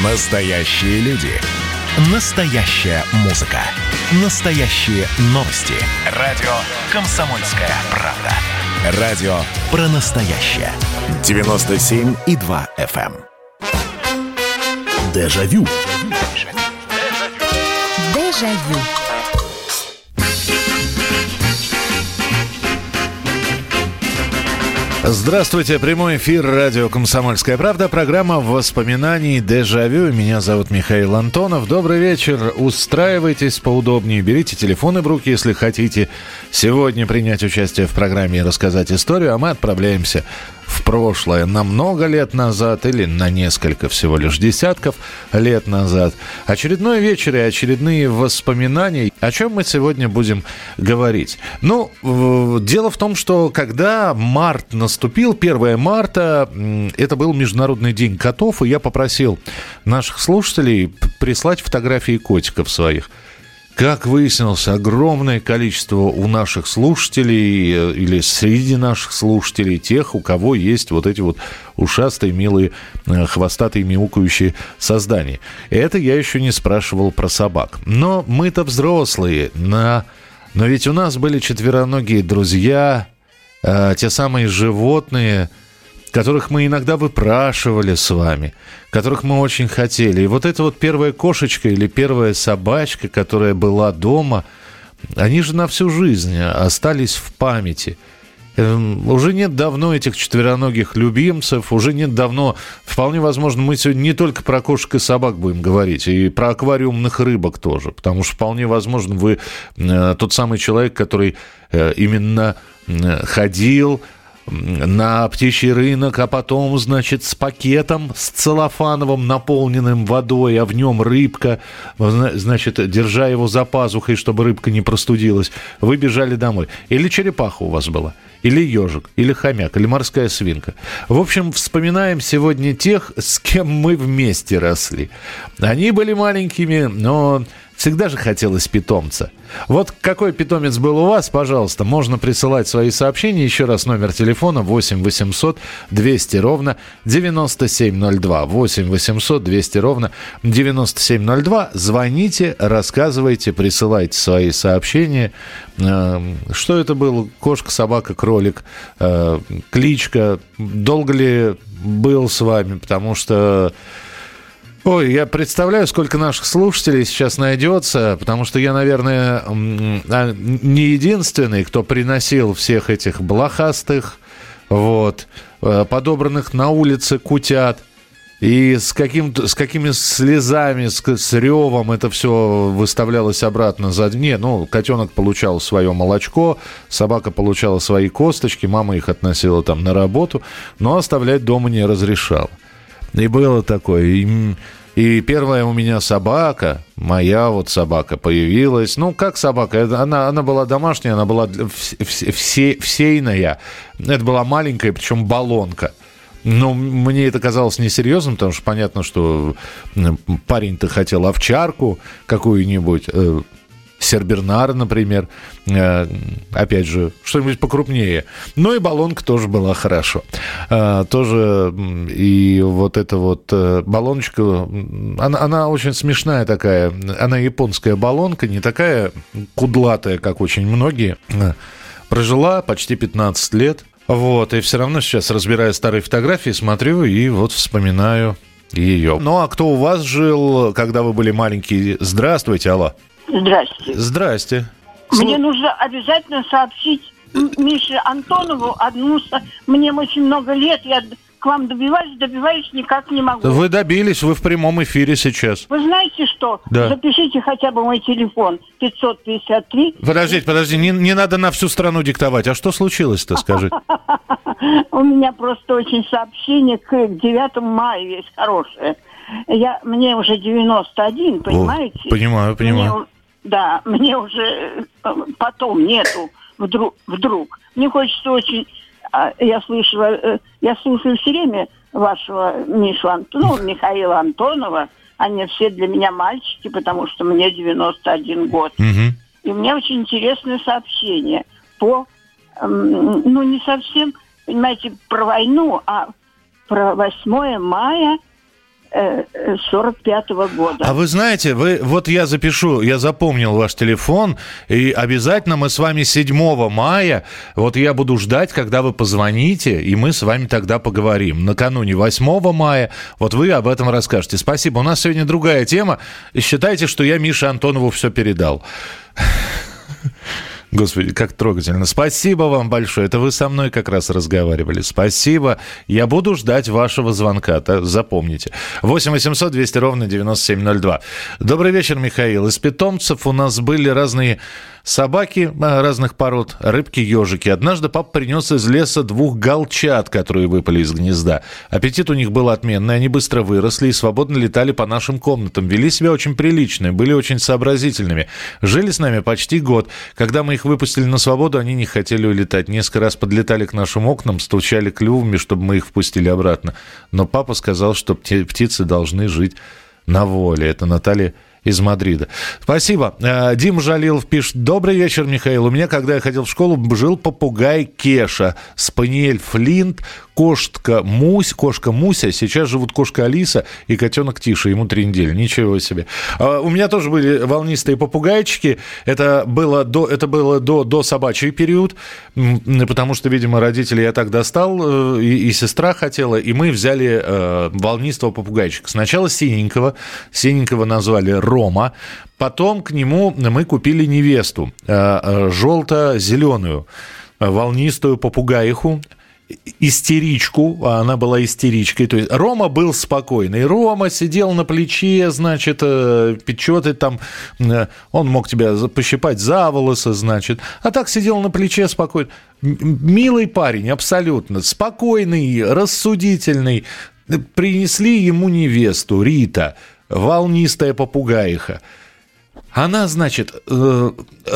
Настоящие люди. Настоящая музыка. Настоящие новости. Радио «Комсомольская правда». Радио про настоящее. 97,2 FM. Дежавю. Дежавю. Здравствуйте, прямой эфир радио «Комсомольская правда», программа «Воспоминаний. Дежавю». Меня зовут Михаил Антонов. Добрый вечер. Устраивайтесь поудобнее, берите телефоны в руки, если хотите сегодня принять участие в программе и рассказать историю, а мы отправляемся в прошлое, на много лет назад или на несколько всего лишь десятков лет назад. Очередной вечер и очередные воспоминания. О чем мы сегодня будем говорить? Ну, дело в том, что когда март наступил, 1 марта, это был Международный день котов, и я попросил наших слушателей прислать фотографии котиков своих. Как выяснилось, огромное количество у наших слушателей или среди наших слушателей тех, у кого есть вот эти вот ушастые, милые, хвостатые, мяукающие создания. Это я еще не спрашивал про собак. Но мы-то взрослые, но ведь у нас были четвероногие друзья, те самые животные, которых мы иногда выпрашивали с вами, которых мы очень хотели. И вот эта вот первая кошечка или первая собачка, которая была дома, они же на всю жизнь остались в памяти. Уже нет давно этих четвероногих любимцев, уже нет давно, вполне возможно, мы сегодня не только про кошек и собак будем говорить, и про аквариумных рыбок тоже, потому что вполне возможно вы тот самый человек, который именно ходил на птичий рынок, а потом, значит, с пакетом, с целлофановым, наполненным водой, а в нем рыбка, значит, держа его за пазухой, чтобы рыбка не простудилась, вы бежали домой. Или черепаха у вас была, или ежик, или хомяк, или морская свинка. В общем, вспоминаем сегодня тех, с кем мы вместе росли. Они были маленькими, но всегда же хотелось питомца. Вот какой питомец был у вас, пожалуйста, можно присылать свои сообщения. Еще раз номер телефона 8 800 200 ровно 9702. 8 800 200 ровно 9702. Звоните, рассказывайте, присылайте свои сообщения. Что это было? Кошка, собака, кролик, кличка. Долго ли был с вами? Потому что... Ой, я представляю, сколько наших слушателей сейчас найдется, потому что я, наверное, не единственный, кто приносил всех этих блохастых, вот, подобранных на улице кутят, и с какими слезами, с ревом это все выставлялось обратно за... Не, ну, котенок получал свое молочко, собака получала свои косточки, мама их относила там на работу, но оставлять дома не разрешала. И было такое. И первая у меня собака, моя вот собака появилась. Ну, как собака? Она была домашняя, она была всейная. Это была маленькая, причем баллонка. Но мне это казалось несерьезным, потому что понятно, что парень-то хотел овчарку какую-нибудь... Сербернар, например, опять же, что-нибудь покрупнее. Но и баллонка тоже была хорошо. Тоже и вот эта вот баллоночка, она очень смешная такая. Она японская баллонка, не такая кудлатая, как очень многие. Прожила почти 15 лет. Вот, и все равно сейчас, разбирая старые фотографии, смотрю и вот вспоминаю ее. Ну, а кто у вас жил, когда вы были маленькие? Здравствуйте, алло. Здрасте. Здрасте. Мне нужно обязательно сообщить Мише Антонову одну... Мне очень много лет, я к вам добиваюсь, никак не могу. Вы добились, вы в прямом эфире сейчас. Вы знаете что? Да. Запишите хотя бы мой телефон 553. Подождите, не надо на всю страну диктовать. А что случилось-то, скажите? У меня просто очень сообщение к 9 мая есть хорошее. Мне уже 91, понимаете? Понимаю. Мне уже потом нету вдруг. Мне хочется очень... Я слушаю все время вашего Михаила Антонова. Они все для меня мальчики, потому что мне 91 год. Угу. И мне очень интересное сообщение по... не совсем, понимаете, про войну, а про 8 мая 45-го года. А вы знаете, вот я запомнил ваш телефон, и обязательно мы с вами 7 мая, вот я буду ждать, когда вы позвоните, и мы с вами тогда поговорим. Накануне 8 мая, вот вы об этом расскажете. Спасибо. У нас сегодня другая тема. Считайте, что я Мише Антонову все передал. Господи, как трогательно. Спасибо вам большое. Это вы со мной как раз разговаривали. Спасибо. Я буду ждать вашего звонка. Запомните. 8 800 200 ровно 9702. Добрый вечер, Михаил. Из питомцев у нас были разные собаки разных пород, рыбки, ежики. Однажды папа принес из леса 2 галчат, которые выпали из гнезда. Аппетит у них был отменный, они быстро выросли и свободно летали по нашим комнатам. Вели себя очень прилично, были очень сообразительными. Жили с нами почти год. Когда мы их выпустили на свободу, они не хотели улетать. Несколько раз подлетали к нашим окнам, стучали клювами, чтобы мы их впустили обратно. Но папа сказал, что птицы должны жить на воле. Это Наталья из Мадрида. Спасибо. Дим Жалилов пишет. Добрый вечер, Михаил. У меня, когда я ходил в школу, жил попугай Кеша, спаниель Флинт, кошка Муся. Сейчас живут кошка Алиса и котенок Тиша. Ему 3 недели. Ничего себе. У меня тоже были волнистые попугайчики. Это было до собачий период, потому что, видимо, родители я так достал, и сестра хотела, и мы взяли волнистого попугайчика. Сначала синенького назвали Рома. Потом к нему мы купили невесту, желто-зеленую, волнистую попугаиху, истеричку, она была истеричкой. То есть Рома был спокойный. Рома сидел на плече, значит, что-то там, он мог тебя пощипать за волосы, значит. А так сидел на плече спокойно. Милый парень, абсолютно. Спокойный, рассудительный. Принесли ему невесту, Рита, волнистая попугаиха. Она, значит, мы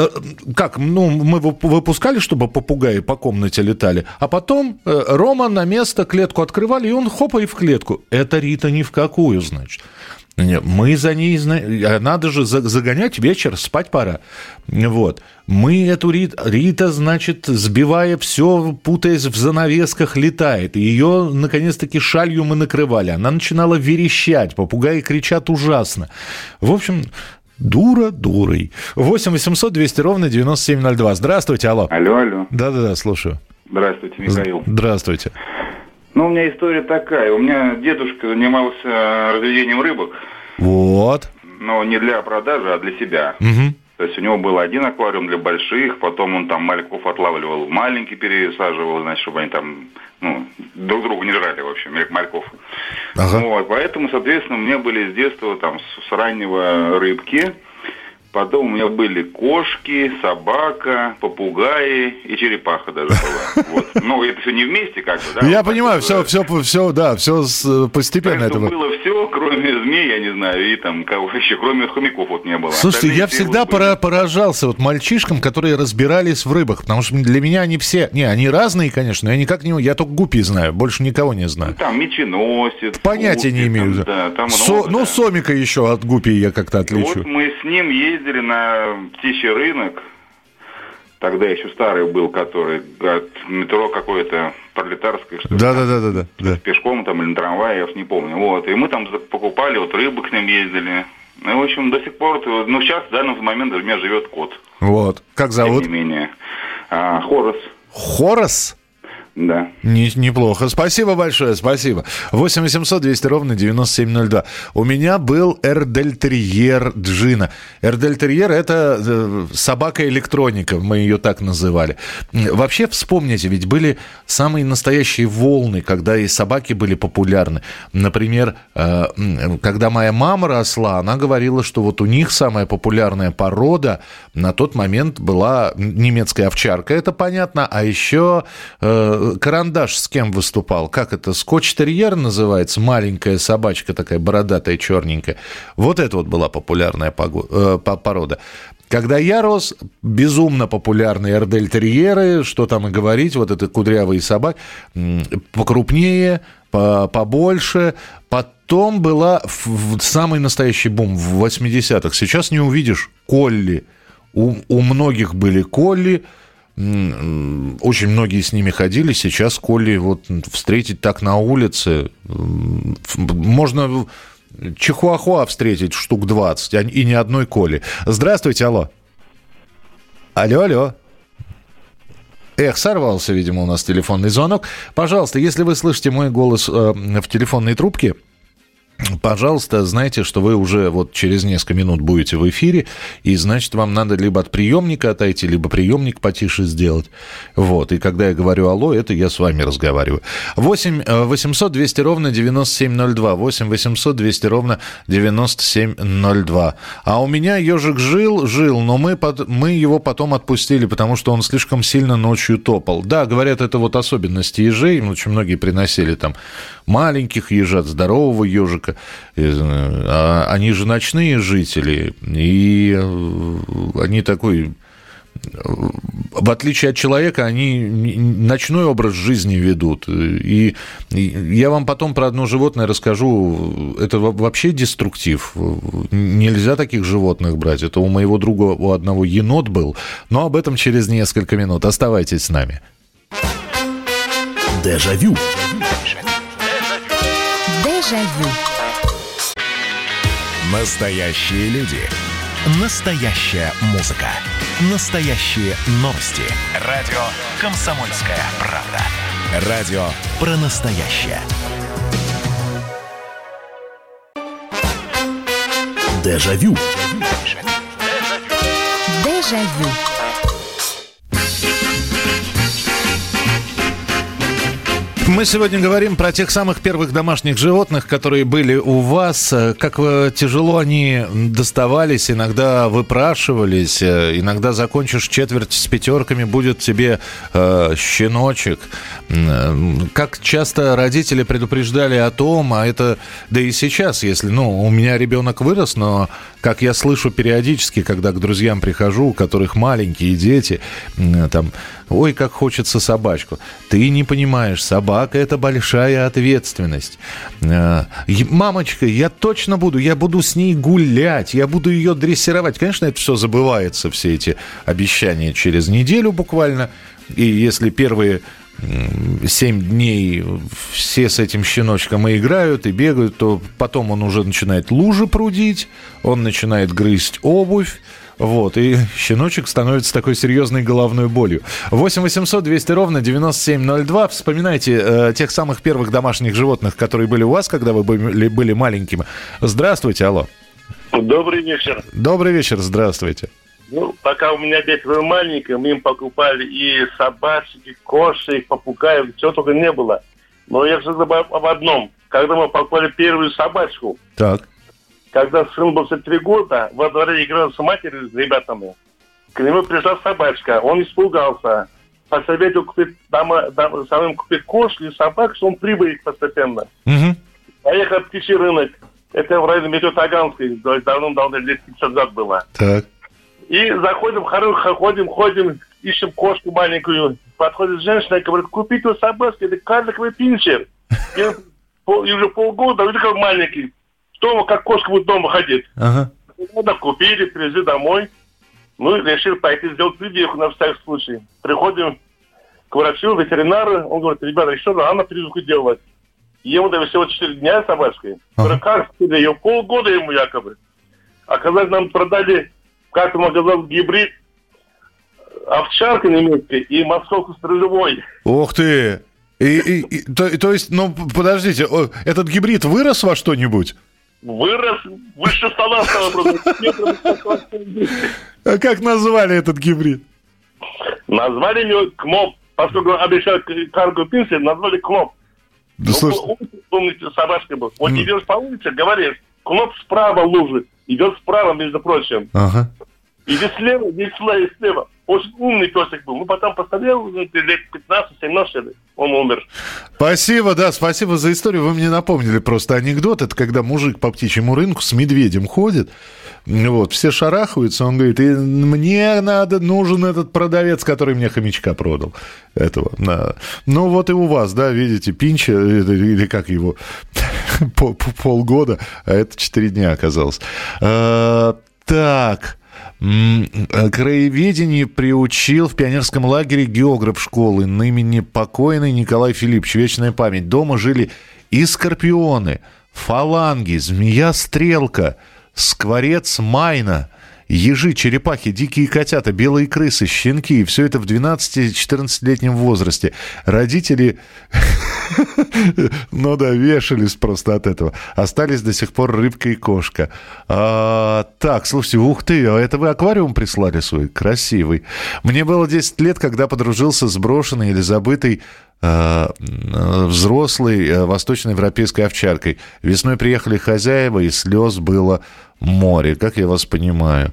выпускали, чтобы попугаи по комнате летали, а потом Рома на место клетку открывали, и он хопа и в клетку. Это Рита ни в какую, значит. Мы за ней, надо же загонять вечер, спать пора. Вот. Мы эту Рита, значит, сбивая все, путаясь в занавесках, летает. И ее, наконец-таки, шалью мы накрывали. Она начинала верещать, попугаи кричат ужасно. В общем, дура дурой. 8 800 200 ровно 9702. Здравствуйте, алло. Алло. Да-да-да, слушаю. Здравствуйте, Михаил. Здравствуйте. Ну, у меня история такая. У меня дедушка занимался разведением рыбок. Вот. Но не для продажи, а для себя. Угу. То есть у него был один аквариум для больших, потом он там мальков отлавливал, маленький пересаживал, значит, чтобы они там, друг друга не жрали, в общем, мальков. Ага. Вот, поэтому, соответственно, у меня были с детства там с раннего рыбки. Потом у меня были кошки, собака, попугаи и черепаха даже была. Вот. Ну, это все не вместе как-то, да? Я понимаю, все постепенно это было. Было все, кроме змей, я не знаю, и там кого еще, кроме хомяков вот не было. Слушайте, я всегда поражался вот мальчишкам, которые разбирались в рыбах, потому что для меня они все, они разные, конечно, но я никак не, я только гуппи знаю, больше никого не знаю. Ну, там меченосец. Понятия не имею. Там много, сомика еще от гуппи я как-то отличу. Вот мы с ним ездили на птичий рынок. Тогда еще старый был, который от метро какое-то пролетарское, что ли. Да. Пешком там или на трамвае, я уж не помню. Вот. И мы там покупали, вот рыбы к ним ездили. Ну, в общем, до сих пор, сейчас в данный момент у меня живет кот. Вот. Как зовут? Тем не менее. Хорос. Хорос? Да. Неплохо. Спасибо большое, спасибо. 8 800 200 ровно 9702. У меня был эрдельтерьер Джина. Эрдельтерьер – это собака-электроника, мы ее так называли. Вообще, вспомните, ведь были самые настоящие волны, когда и собаки были популярны. Например, когда моя мама росла, она говорила, что вот у них самая популярная порода на тот момент была немецкая овчарка, это понятно, а еще... Карандаш с кем выступал? Как это? Скотч-терьер называется? Маленькая собачка такая, бородатая, черненькая. Вот это вот была популярная порода. Когда я рос, безумно популярные эрдельтерьеры, что там и говорить, вот это кудрявые собаки, покрупнее, побольше. Потом была самый настоящий бум в 80-х. Сейчас не увидишь колли. У многих были колли. очень многие с ними ходили. Сейчас коли вот встретить так на улице, можно чихуахуа встретить штук 20, и ни одной коли. Здравствуйте, алло. Алло. Эх, сорвался, видимо, у нас телефонный звонок. Пожалуйста, если вы слышите мой голос в телефонной трубке, пожалуйста, знайте, что вы уже вот через несколько минут будете в эфире, и, значит, вам надо либо от приемника отойти, либо приемник потише сделать. Вот, и когда я говорю «алло», это я с вами разговариваю. 8 800 200 ровно 9702. 8 800 200 ровно 9702. А у меня ежик жил, но мы его потом отпустили, потому что он слишком сильно ночью топал. Да, говорят, это вот особенности ежей. Очень многие приносили там маленьких ежат, здорового ежика. Они же ночные жители, и они такой, в отличие от человека, они ночной образ жизни ведут. И я вам потом про одно животное расскажу. Это вообще деструктив. Нельзя таких животных брать. Это у моего друга, у одного енот был. Но об этом через несколько минут. Оставайтесь с нами. Дежавю. Дежавю. Настоящие люди. Настоящая музыка. Настоящие новости. Радио «Комсомольская правда». Радио про настоящее. Дежавю. Дежавю. Мы сегодня говорим про тех самых первых домашних животных, которые были у вас, как тяжело они доставались, иногда выпрашивались, иногда закончишь четверть с пятерками, будет тебе щеночек. Как часто родители предупреждали о том, а это, да и сейчас, если, у меня ребенок вырос, но, как я слышу периодически, когда к друзьям прихожу, у которых маленькие дети, там, ой, как хочется собачку. Ты не понимаешь, собака – это большая ответственность. Мамочка, я точно буду, я буду с ней гулять, я буду ее дрессировать. Конечно, это все забывается, все эти обещания через неделю буквально. И если первые 7 дней все с этим щеночком и играют, и бегают, то потом он уже начинает лужи прудить, он начинает грызть обувь. Вот, и щеночек становится такой серьезной головной болью. 8 800 200 ровно 9702. Вспоминайте тех самых первых домашних животных, которые были у вас, когда вы были маленькими. Здравствуйте, алло. Добрый вечер. Добрый вечер, здравствуйте. Пока у меня дети были маленькие, мы им покупали и собачек, и кошек, и попугаев, чего только не было. Но я всегда об одном. Когда мы покупали первую собачку, так. Когда сын был 3 года, во дворе играл с матерью, с ребятами. К нему пришла собачка, он испугался. Посоветовал купить самим купить кошку и собак, что он привык постепенно. Угу. Поехал в птичий рынок. Это в районе метро Таганской, давно-давно, лет 50 назад было. Так. И заходим, ходим, ищем кошку маленькую. Подходит женщина и говорит, купите собачку, это карликовый пинчер. И уже полгода, уже как маленький. Дома, как кошка будет дома ходить. Ага. Купили, привезли домой. Мы решили пойти сделать прививку на всякий случай. Приходим к врачу, ветеринару. Он говорит, ребята, еще рано прививку делать. Ему дали всего 4 дня с собачкой. Говорю, как ее? Полгода ему якобы. Оказалось, нам продали, как ему оказалось, гибрид овчарка немецкая и московско-сторожевой. Ух ты! То есть, подождите, этот гибрид вырос во что-нибудь? Вырос, выше стола стало просто. А как назвали этот гибрид? Назвали его Кноп. Поскольку обещали каргу пенсии, назвали Кноп. Да, помните, собачка был. Вот идешь по улице, говоришь, Кноп справа лужи. Идет справа, между прочим. Ага. Иди слева, слева. Очень умный песик был. Потом постарел, лет 15-17, он умер. Спасибо за историю. Вы мне напомнили просто анекдот. Это когда мужик по птичьему рынку с медведем ходит. Вот, все шарахаются. Он говорит, мне нужен этот продавец, который мне хомячка продал. Этого. Ну вот и у вас, да, видите, пинча, или как его, полгода, а это 4 дня оказалось. Так... Краеведение приучил в пионерском лагере географ школы, ныне покойный Николай Филиппович, вечная память. Дома жили и скорпионы, фаланги, змея-стрелка, скворец Майна, ежи, черепахи, дикие котята, белые крысы, щенки. И все это в 12-14-летнем возрасте. Родители, вешались просто от этого. Остались до сих пор рыбка и кошка. Так, слушайте, ух ты, а это вы аквариум прислали свой? Красивый. Мне было 10 лет, когда подружился с брошенной или забытой взрослой восточноевропейской овчаркой. Весной приехали хозяева, и слез было море. Как я вас понимаю.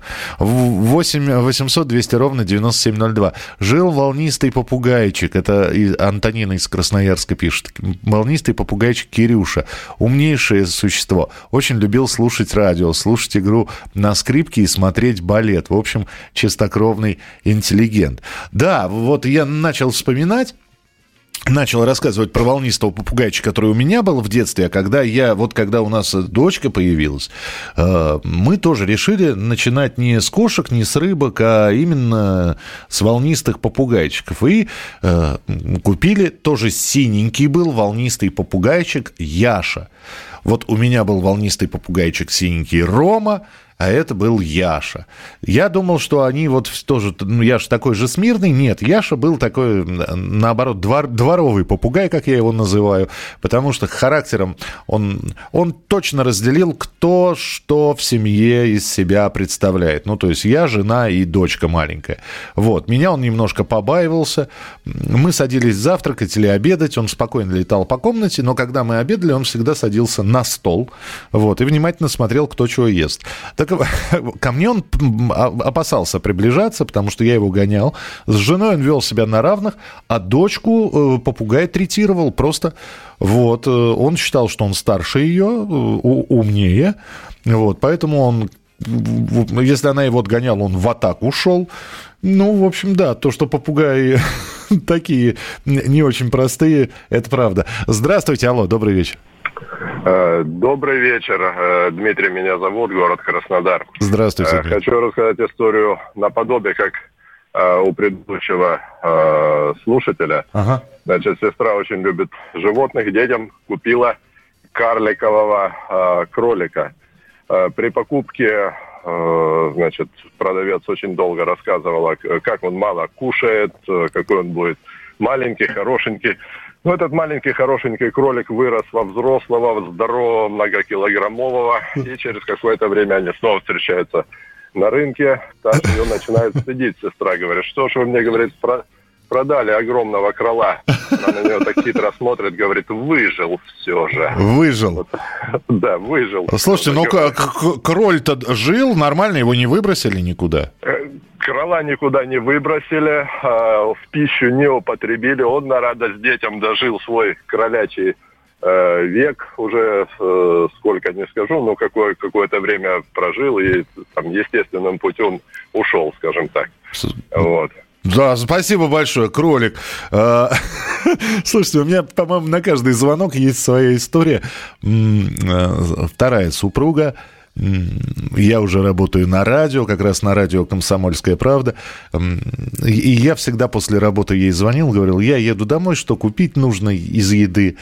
8 800 200 ровно 9702. Жил волнистый попугайчик. Это Антонина из Красноярска пишет. Волнистый попугайчик Кирюша. Умнейшее существо. Очень любил слушать радио, слушать игру на скрипке и смотреть балет. В общем, чистокровный интеллигент. Да, вот я начал вспоминать. Начал рассказывать про волнистого попугайчика, который у меня был в детстве, а когда у нас дочка появилась, мы тоже решили начинать не с кошек, не с рыбок, а именно с волнистых попугайчиков. И купили, тоже синенький был волнистый попугайчик Яша. Вот у меня был волнистый попугайчик синенький Рома, а это был Яша. Я думал, что они вот тоже... Яша такой же смирный. Нет, Яша был такой, наоборот, дворовый попугай, как я его называю, потому что характером он точно разделил, кто что в семье из себя представляет. Ну, то есть я, жена и дочка маленькая. Вот. Меня он немножко побаивался. Мы садились завтракать или обедать. Он спокойно летал по комнате, но когда мы обедали, он всегда садился на стол. Вот, и внимательно смотрел, кто чего ест. Так ко мне он опасался приближаться, потому что я его гонял. С женой он вел себя на равных, а дочку попугай третировал просто. Вот. Он считал, что он старше ее, умнее. Вот. Поэтому он, если она его отгоняла, он в атаку шел. Ну, в общем, да, то, что попугаи такие не очень простые, это правда. Здравствуйте, алло, добрый вечер. Добрый вечер. Дмитрий меня зовут, город Краснодар. Здравствуйте. Хочу рассказать историю наподобие, как у предыдущего слушателя. Ага. Значит, сестра очень любит животных. Детям купила карликового кролика. При покупке, значит, продавец очень долго рассказывал, как он мало кушает, какой он будет маленький, хорошенький. Ну, этот маленький, хорошенький кролик вырос во взрослого, здорового, многокилограммового, и через какое-то время они снова встречаются на рынке. Так ее начинает стыдить сестра, говорит, что ж вы мне, говорит, продали огромного крола. Она на него так хитро смотрит, говорит, выжил все же. Выжил? Вот. Да, выжил. Слушайте, ну кроль-то жил, нормально, его не выбросили никуда? Крола никуда не выбросили, в пищу не употребили. Он на радость детям дожил свой кролячий век. Уже сколько не скажу, но какое-то время прожил и там, естественным путем ушел, скажем так. Вот. Да, спасибо большое, кролик. Слушайте, у меня, по-моему, на каждый звонок есть своя история. Вторая супруга. Я уже работаю на радио, как раз на радио «Комсомольская правда». И я всегда после работы ей звонил, говорил, я еду домой, что купить нужно из еды.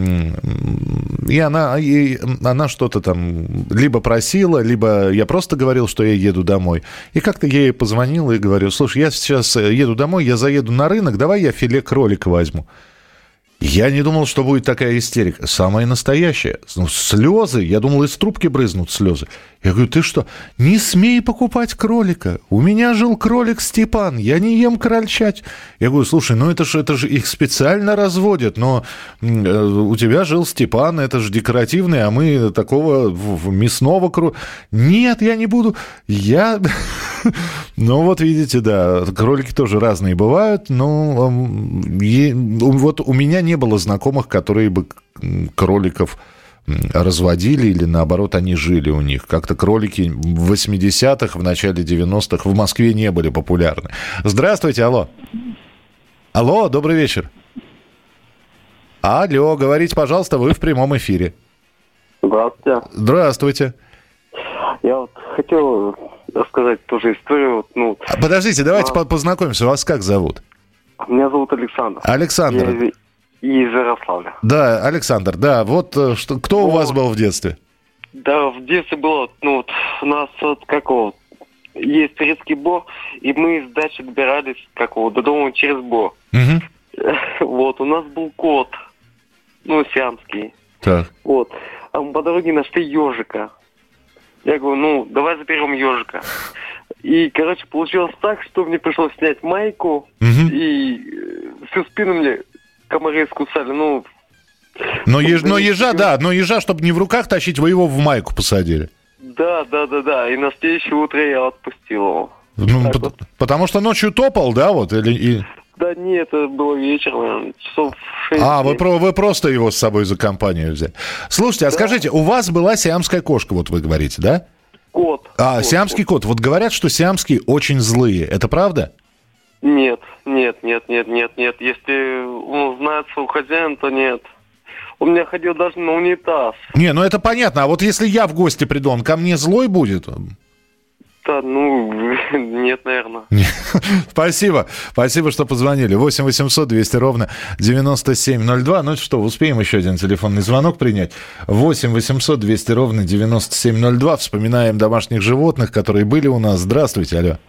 И она что-то там либо просила, либо я просто говорил, что я еду домой. И как-то я ей позвонил и говорю, слушай, я сейчас еду домой, я заеду на рынок, давай я филе кролика возьму. Я не думал, что будет такая истерика. Самая настоящая. Ну, слезы. Я думал, из трубки брызнут слезы. Я говорю, ты что, не смей покупать кролика. У меня жил кролик Степан. Я не ем крольчать. Я говорю, слушай, ну это же их специально разводят. Но у тебя жил Степан, это же декоративный, а мы такого мясного кролика. Нет, я не буду. Ну, вот видите, да, кролики тоже разные бывают. Но вот у меня не было знакомых, которые бы кроликов разводили или, наоборот, они жили у них. Как-то кролики в 80-х, в начале 90-х в Москве не были популярны. Здравствуйте, алло. Алло, добрый вечер. Алло, говорите, пожалуйста, вы в прямом эфире. Здравствуйте. Здравствуйте. Я вот хотел рассказать тоже историю. Подождите, давайте познакомимся. Вас как зовут? Меня зовут Александр. Александр. Я из Ярославля. Да, Александр, да. Вот кто у вас был в детстве? Да, в детстве было, у нас есть турецкий бор, и мы с дачи добирались, до дома через бор. Вот, у нас был кот, сиамский. Так. Вот. А мы по дороге нашли ежика. Я говорю, давай заберем ежика. И, получилось так, что мне пришлось снять майку, и всю спину мне комары искусали, Но ежа, чтобы не в руках тащить, вы его в майку посадили. Да. И на следующее утро я отпустил его. Потому что ночью топал, да, вот? Да нет, это было вечером, наверное, часов 6. Вы просто его с собой за компанию взяли. Слушайте, а скажите, у вас была сиамская кошка, вот вы говорите, да? Кот. Сиамский кот. Вот говорят, что сиамские очень злые. Это правда? Нет. Если он знает своего хозяина, то нет. Он меня ходил даже на унитаз. Не, это понятно. А вот если я в гости приду, он ко мне злой будет? Да, нет, наверное. Спасибо, что позвонили. 8 800 200 ровно 9702. Ну что, успеем еще один телефонный звонок принять. 8 800 200 ровно 9702. Вспоминаем домашних животных, которые были у нас. Здравствуйте, алло.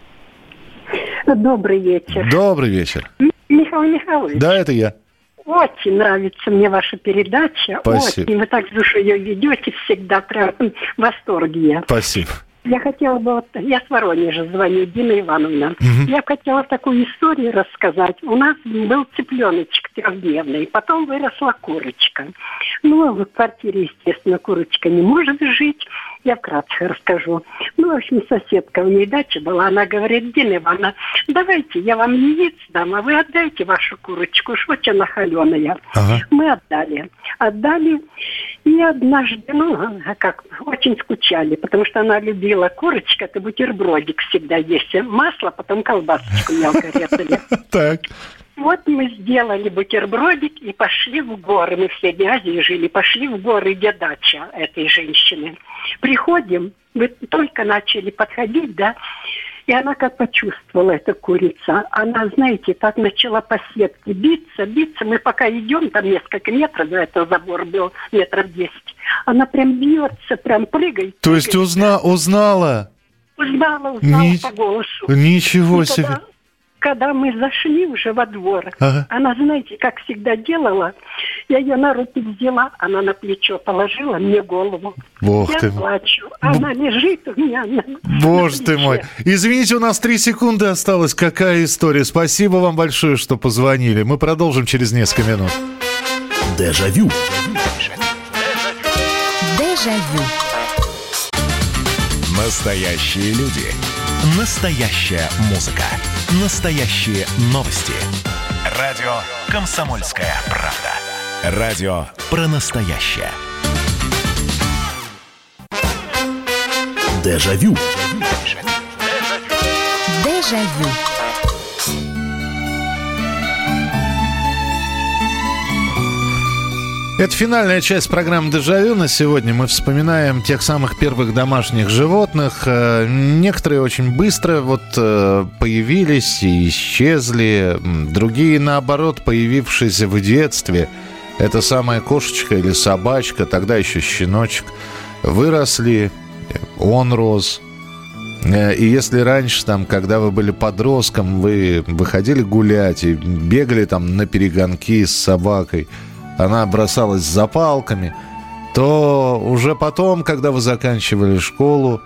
Добрый вечер. Добрый вечер. Михаил Михайлович. Да, это я. Очень нравится мне ваша передача. Спасибо. Очень. Вы так с душой ее ведете всегда. Прям в восторге. Спасибо. Я хотела бы, я с Воронежа звоню, Дина Ивановна. Я хотела такую историю рассказать. У нас был цыпленочек 3-дневный, потом выросла курочка. В квартире, естественно, курочка не может жить. Я вкратце расскажу. В общем, соседка, у нее дача была, она говорит: Дина Ивановна, давайте я вам яиц дам, а вы отдайте вашу курочку, уж очень она холеная. Мы отдали, и однажды, очень скучали, потому что она любила курочка, это бутербродик всегда есть, масло, потом колбасочку мелко резали. Так. Вот мы сделали бутербродик и пошли в горы. Мы в Средней Азии жили, пошли в горы, где дача этой женщины. Приходим, мы только начали подходить, да, и она как почувствовала, эта курица. Она, знаете, так начала по сетке биться. Мы пока идем, там несколько метров, да, это забор был, метров 10. Она прям бьется, прям прыгает. То есть узнала? Узнала по голосу. Ничего себе. Когда мы зашли уже во двор, она, знаете, как всегда делала, я ее на руки взяла, она на плечо положила мне голову. Бог я ты плачу, она лежит у меня на Боже на ты мой. Извините, у нас 3 секунды осталось. Какая история. Спасибо вам большое, что позвонили. Мы продолжим через несколько минут. Дежавю. Дежавю. Настоящие люди. Настоящая музыка. Настоящие новости. Радио «Комсомольская правда». Радио про настоящее. Дежавю. Дежавю. Это финальная часть программы «Дежавю». На сегодня мы вспоминаем тех самых первых домашних животных. Некоторые очень быстро появились и исчезли. Другие, наоборот, появившись в детстве. Это самая кошечка или собачка, тогда еще щеночек. Выросли, он рос. И если раньше, когда вы были подростком, вы выходили гулять и бегали на перегонки с собакой, она бросалась за палками, то уже потом, когда вы заканчивали школу,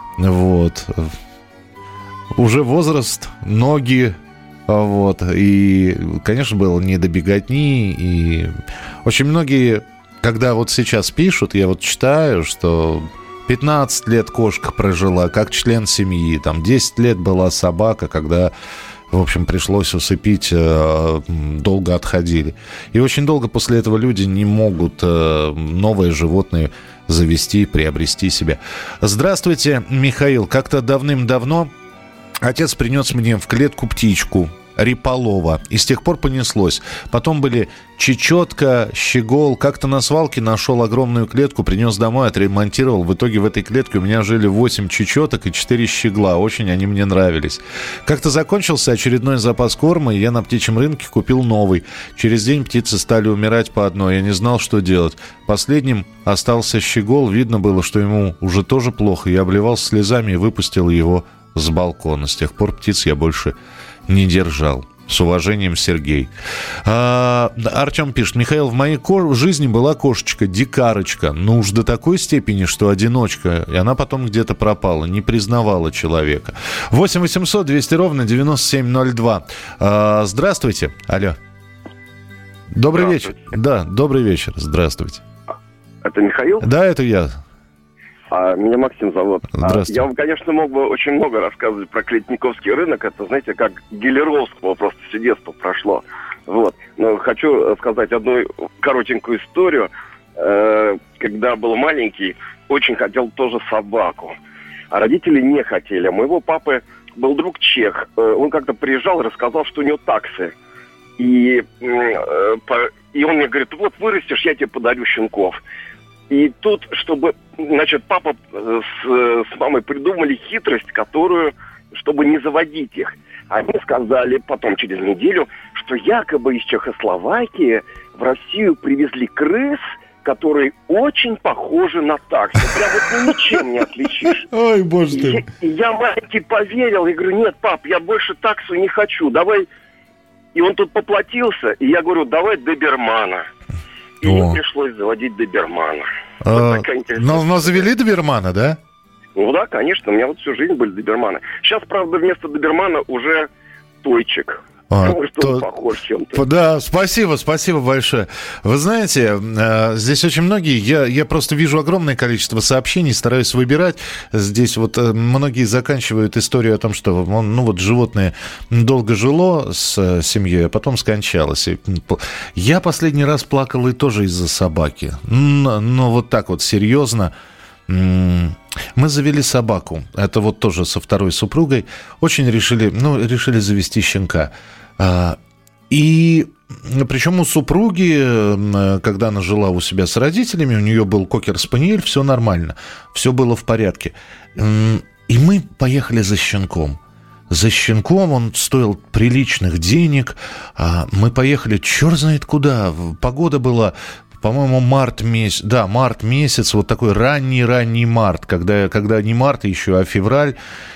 уже возраст, ноги, и, конечно, было не до беготни, и очень многие, когда сейчас пишут, я читаю, что 15 лет кошка прожила, как член семьи, 10 лет была собака, когда... В общем, пришлось усыпить, долго отходили. И очень долго после этого люди не могут новое животное завести, приобрести себе. Здравствуйте, Михаил. Как-то давным-давно отец принес мне в клетку птичку. Риполова. И с тех пор понеслось. Потом были чечетка, щегол. Как-то на свалке нашел огромную клетку, принес домой, отремонтировал. В итоге в этой клетке у меня жили 8 чечеток и 4 щегла. Очень они мне нравились. Как-то закончился очередной запас корма, и я на птичьем рынке купил новый. Через день птицы стали умирать по одной. Я не знал, что делать. Последним остался щегол. Видно было, что ему уже тоже плохо. Я обливался слезами и выпустил его с балкона. С тех пор птиц я больше не держал. С уважением, Сергей. Артем пишет: Михаил, в моей жизни была кошечка, дикарочка. Ну уж до такой степени, что одиночка. И она потом где-то пропала, не признавала человека. 8 800 200 ровно 9702. Здравствуйте. Алло. Добрый вечер. Да, добрый вечер. Здравствуйте. Это Михаил? Да, это я. Меня Максим зовут. Здравствуйте. Я вам, конечно, мог бы очень много рассказывать про Клетниковский рынок. Это, знаете, как Гелеровского просто все детство прошло. Вот. Но хочу сказать одну коротенькую историю. Когда был маленький, очень хотел тоже собаку. А родители не хотели. У моего папы был друг чех. Он как-то приезжал и рассказал, что у него таксы. И он мне говорит: вот вырастешь, я тебе подарю щенков. И тут, чтобы, значит, папа с мамой придумали хитрость, чтобы не заводить их. Они сказали потом, через неделю, что якобы из Чехословакии в Россию привезли крыс, которые очень похожи на таксы. Прям вот ничем не отличишь. Ой, боже ты. И я маленький поверил, и говорю: нет, пап, я больше таксу не хочу, давай. И он тут поплатился, и я говорю: давай добермана. И мне пришлось заводить добермана. Но завели добермана, да? Ну да, конечно, у меня вот всю жизнь были доберманы. Сейчас, правда, вместо добермана уже тойчик. Может, он похож чем-то. Да, спасибо большое. Вы знаете, здесь очень многие, я просто вижу огромное количество сообщений, стараюсь выбирать. Здесь вот многие заканчивают историю о том, что животное долго жило с семьей, а потом скончалось. Я последний раз плакал и тоже из-за собаки. Но вот так вот серьезно. Мы завели собаку. Это вот тоже со второй супругой. Очень решили завести щенка. И причем у супруги, когда она жила у себя с родителями, у нее был кокер-спаниель, все нормально. Все было в порядке. И мы поехали за щенком. За щенком, он стоил приличных денег. Мы поехали черт знает куда. Погода была... По-моему, март месяц, вот такой ранний март, когда не март еще, а февраль.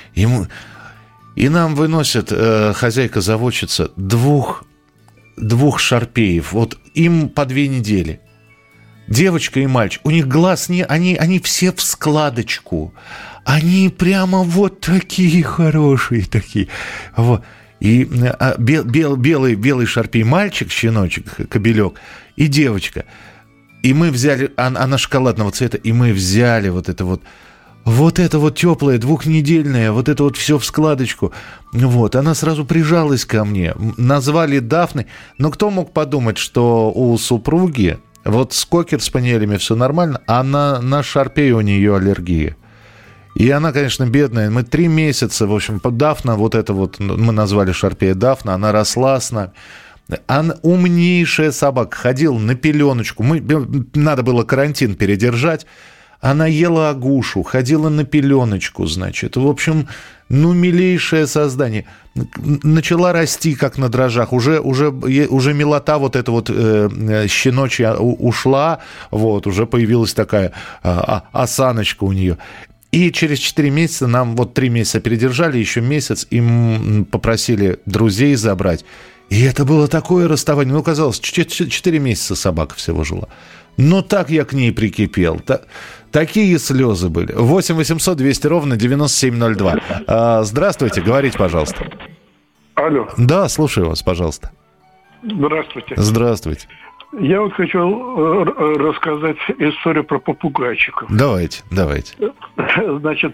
И нам выносят, хозяйка-заводчица, двух шарпеев. Вот им по 2 недели. Девочка и мальчик. У них глаз не... Они все в складочку. Они прямо вот такие хорошие такие. Вот. И белый шарпей мальчик, щеночек, кобелек, и девочка. И мы взяли, она шоколадного цвета, и мы взяли вот это вот теплое, 2-недельное, вот это вот все в складочку. Вот, она сразу прижалась ко мне. Назвали Дафной. Но кто мог подумать, что у супруги вот с кокер-спаниелями все нормально, а на шарпей у нее аллергия. И она, конечно, бедная. Мы 3 месяца, в общем, Дафна, вот это вот, мы назвали шарпея Дафна, она росла с нами. Она умнейшая собака, ходила на пеленочку. Надо было карантин передержать. Она ела агушу, ходила на пеленочку, значит. В общем, милейшее создание. Начала расти, как на дрожжах. Уже милота вот эта вот щеночья ушла. Вот, уже появилась такая осаночка у нее. И через 4 месяца, нам вот 3 месяца передержали, еще месяц, им попросили друзей забрать. И это было такое расставание. Казалось, 4 месяца собака всего жила. Но так я к ней прикипел. Такие слезы были. 8 800 200 ровно 9702. Здравствуйте, говорите, пожалуйста. Алло. Да, слушаю вас, пожалуйста. Здравствуйте. Здравствуйте. Я вот хочу рассказать историю про попугайчиков. Давайте. Значит,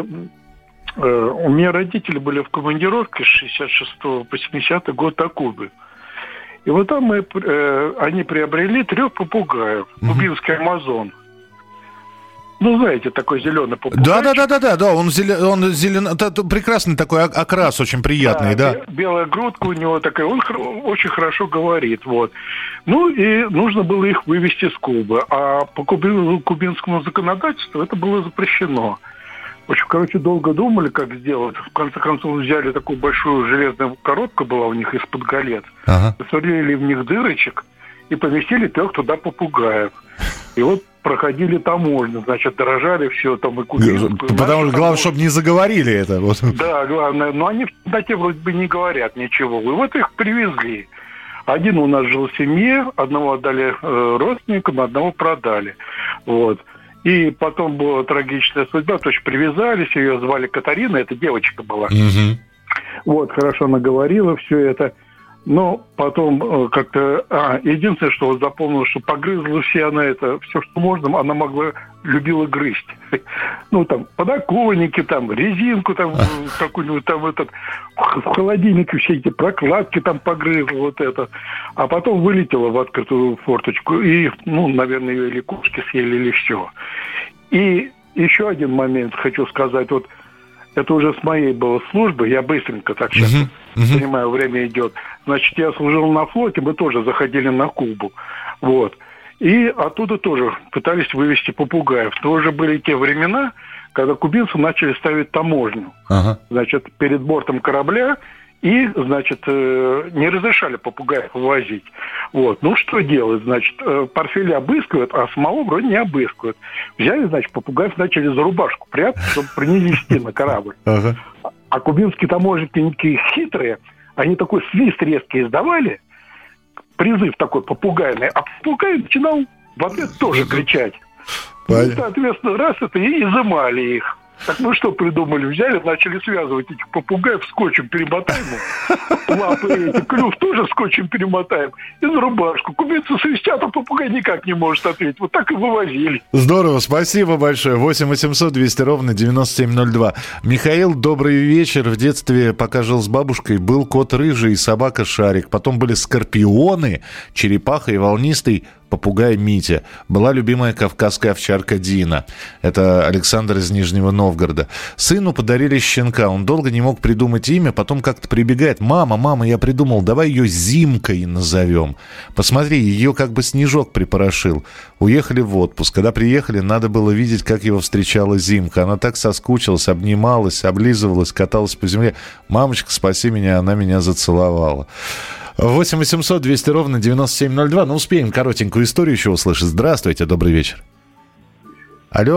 у меня родители были в командировке с 66 по 70 год на Кубе. И вот там они приобрели 3 попугаев. Кубинский Амазон. Ну, знаете, такой зеленый попугайчик. Да, он зелен... Это прекрасный такой окрас, очень приятный, да. Белая грудка у него такая, он очень хорошо говорит, вот. Ну, и нужно было их вывести с клуба. А по кубинскому законодательству это было запрещено. В общем, долго думали, как сделать. В конце концов, взяли такую большую железную коробку, была у них из-под галет, засверлили в них дырочек и поместили 3 туда попугаев. И вот проходили таможню, значит, дорожали все там и кубинскую. Потому что главное, чтобы не заговорили это. Вот. Да, главное. Но они в темноте вроде бы не говорят ничего. И вот их привезли. Один у нас жил в семье, одного отдали родственникам, одного продали. Вот. И потом была трагичная судьба, то есть привязались, ее звали Катарина, это девочка была. Вот, хорошо она говорила все это. Но потом как-то... единственное, что вот запомнила, что погрызла все она это, все, что можно, она любила грызть. Ну, там, подоконники, там, резинку, там, какую-нибудь там, в холодильнике все эти прокладки там погрызла, вот это. А потом вылетела в открытую форточку, и, ну, наверное, ее или кошки съели, или все. И еще один момент хочу сказать, вот, это уже с моей было службы, я быстренько так сейчас понимаю, время идет. Значит, я служил на флоте, мы тоже заходили на Кубу. Вот. И оттуда тоже пытались вывести попугаев. Тоже были те времена, когда кубинцы начали ставить таможню. Значит, перед бортом корабля. И, значит, не разрешали попугаев вывозить. Вот. Ну, что делать? Значит, портфели обыскивают, а самого вроде не обыскивают. Взяли, значит, попугаев начали за рубашку прятать, чтобы принести на корабль. А кубинские таможенники хитрые, они такой свист резкий издавали, призыв такой попугайный, а попугай начинал в ответ тоже кричать. И, соответственно, раз это и изымали их. Так мы что придумали? Взяли, начали связывать этих попугаев скотчем, перемотаем. Лапы эти, клюв тоже скотчем перемотаем. И на рубашку. Кубинцы свистят, а попугай никак не может ответить. Вот так и вывозили. Здорово, спасибо большое. 8 800 200 ровно 9702. Михаил, добрый вечер. В детстве, пока жил с бабушкой, был кот Рыжий и собака Шарик. Потом были скорпионы, черепаха и волнистый попугай Митя. Была любимая кавказская овчарка Дина. Это Александр из Нижнего Новгорода. Сыну подарили щенка. Он долго не мог придумать имя. Потом как-то прибегает. Мама, я придумал, давай ее Зимкой назовем. Посмотри, ее как бы снежок припорошил. Уехали в отпуск. Когда приехали, надо было видеть, как его встречала Зимка. Она так соскучилась, обнималась, облизывалась, каталась по земле. Мамочка, спаси меня, она меня зацеловала. 8 800 200 ровно 9702. Ну, успеем коротенькую историю еще услышать. Здравствуйте, добрый вечер. Алло.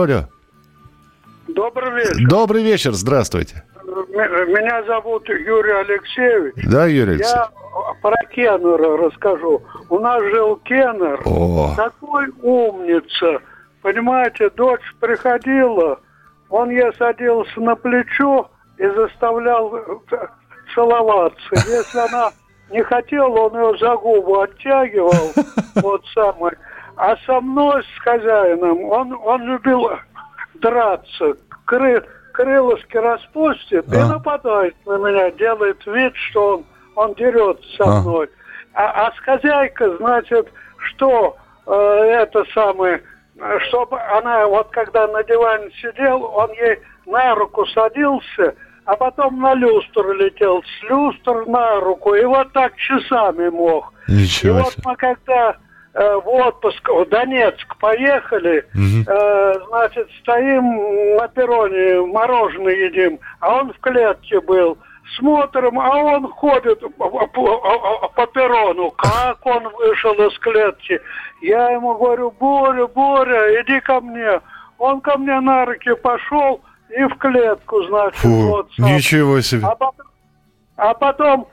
Добрый вечер. Добрый вечер, здравствуйте. Меня зовут Юрий Алексеевич. Да, Юрий Алексеевич. Я про Кеннера расскажу. У нас жил Кеннер. Такой умница. Понимаете, дочь приходила, он ей садился на плечо и заставлял целоваться. Если она не хотел, он ее за губу оттягивал, вот самое. А со мной, с хозяином, он любил драться. Крылышки распустит и нападает на меня, делает вид, что он дерется со мной. А с хозяйкой, значит, что это самое, чтобы она, вот когда на диване сидел, он ей на руку садился, а потом на люстру летел, с люстры на руку, и вот так часами мог. Ничего и вот мы когда в отпуск в Донецк поехали, значит, стоим на перроне, мороженое едим, а он в клетке был. Смотрим, а он ходит по перрону. Как он вышел из клетки? Я ему говорю: Боря, иди ко мне. Он ко мне на руки пошел и в клетку, значит. Вот, ничего себе. А потом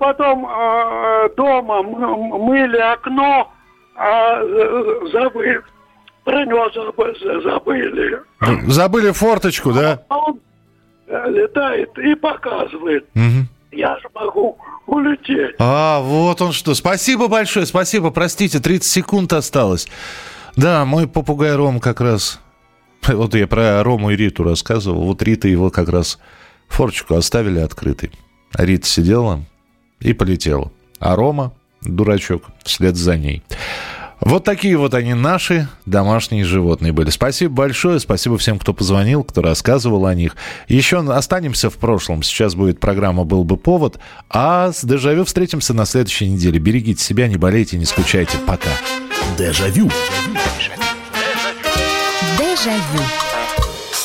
дома мыли окно, забыли. Про него забыли. Забыли форточку, да? Он летает и показывает. Я же могу улететь. Вот он что. Спасибо большое, спасибо. Простите, 30 секунд осталось. Да, мой попугай Ром как раз... Вот я про Рому и Риту рассказывал. Вот Рита его как раз форточку оставили открытой. А Рита сидела и полетела. А Рома, дурачок, вслед за ней. Вот такие вот они, наши домашние животные были. Спасибо большое, спасибо всем, кто позвонил, кто рассказывал о них. Еще останемся в прошлом. Сейчас будет программа «Был бы повод». А с Дежавю встретимся на следующей неделе. Берегите себя, не болейте, не скучайте. Пока. Дежавю. Дежавю.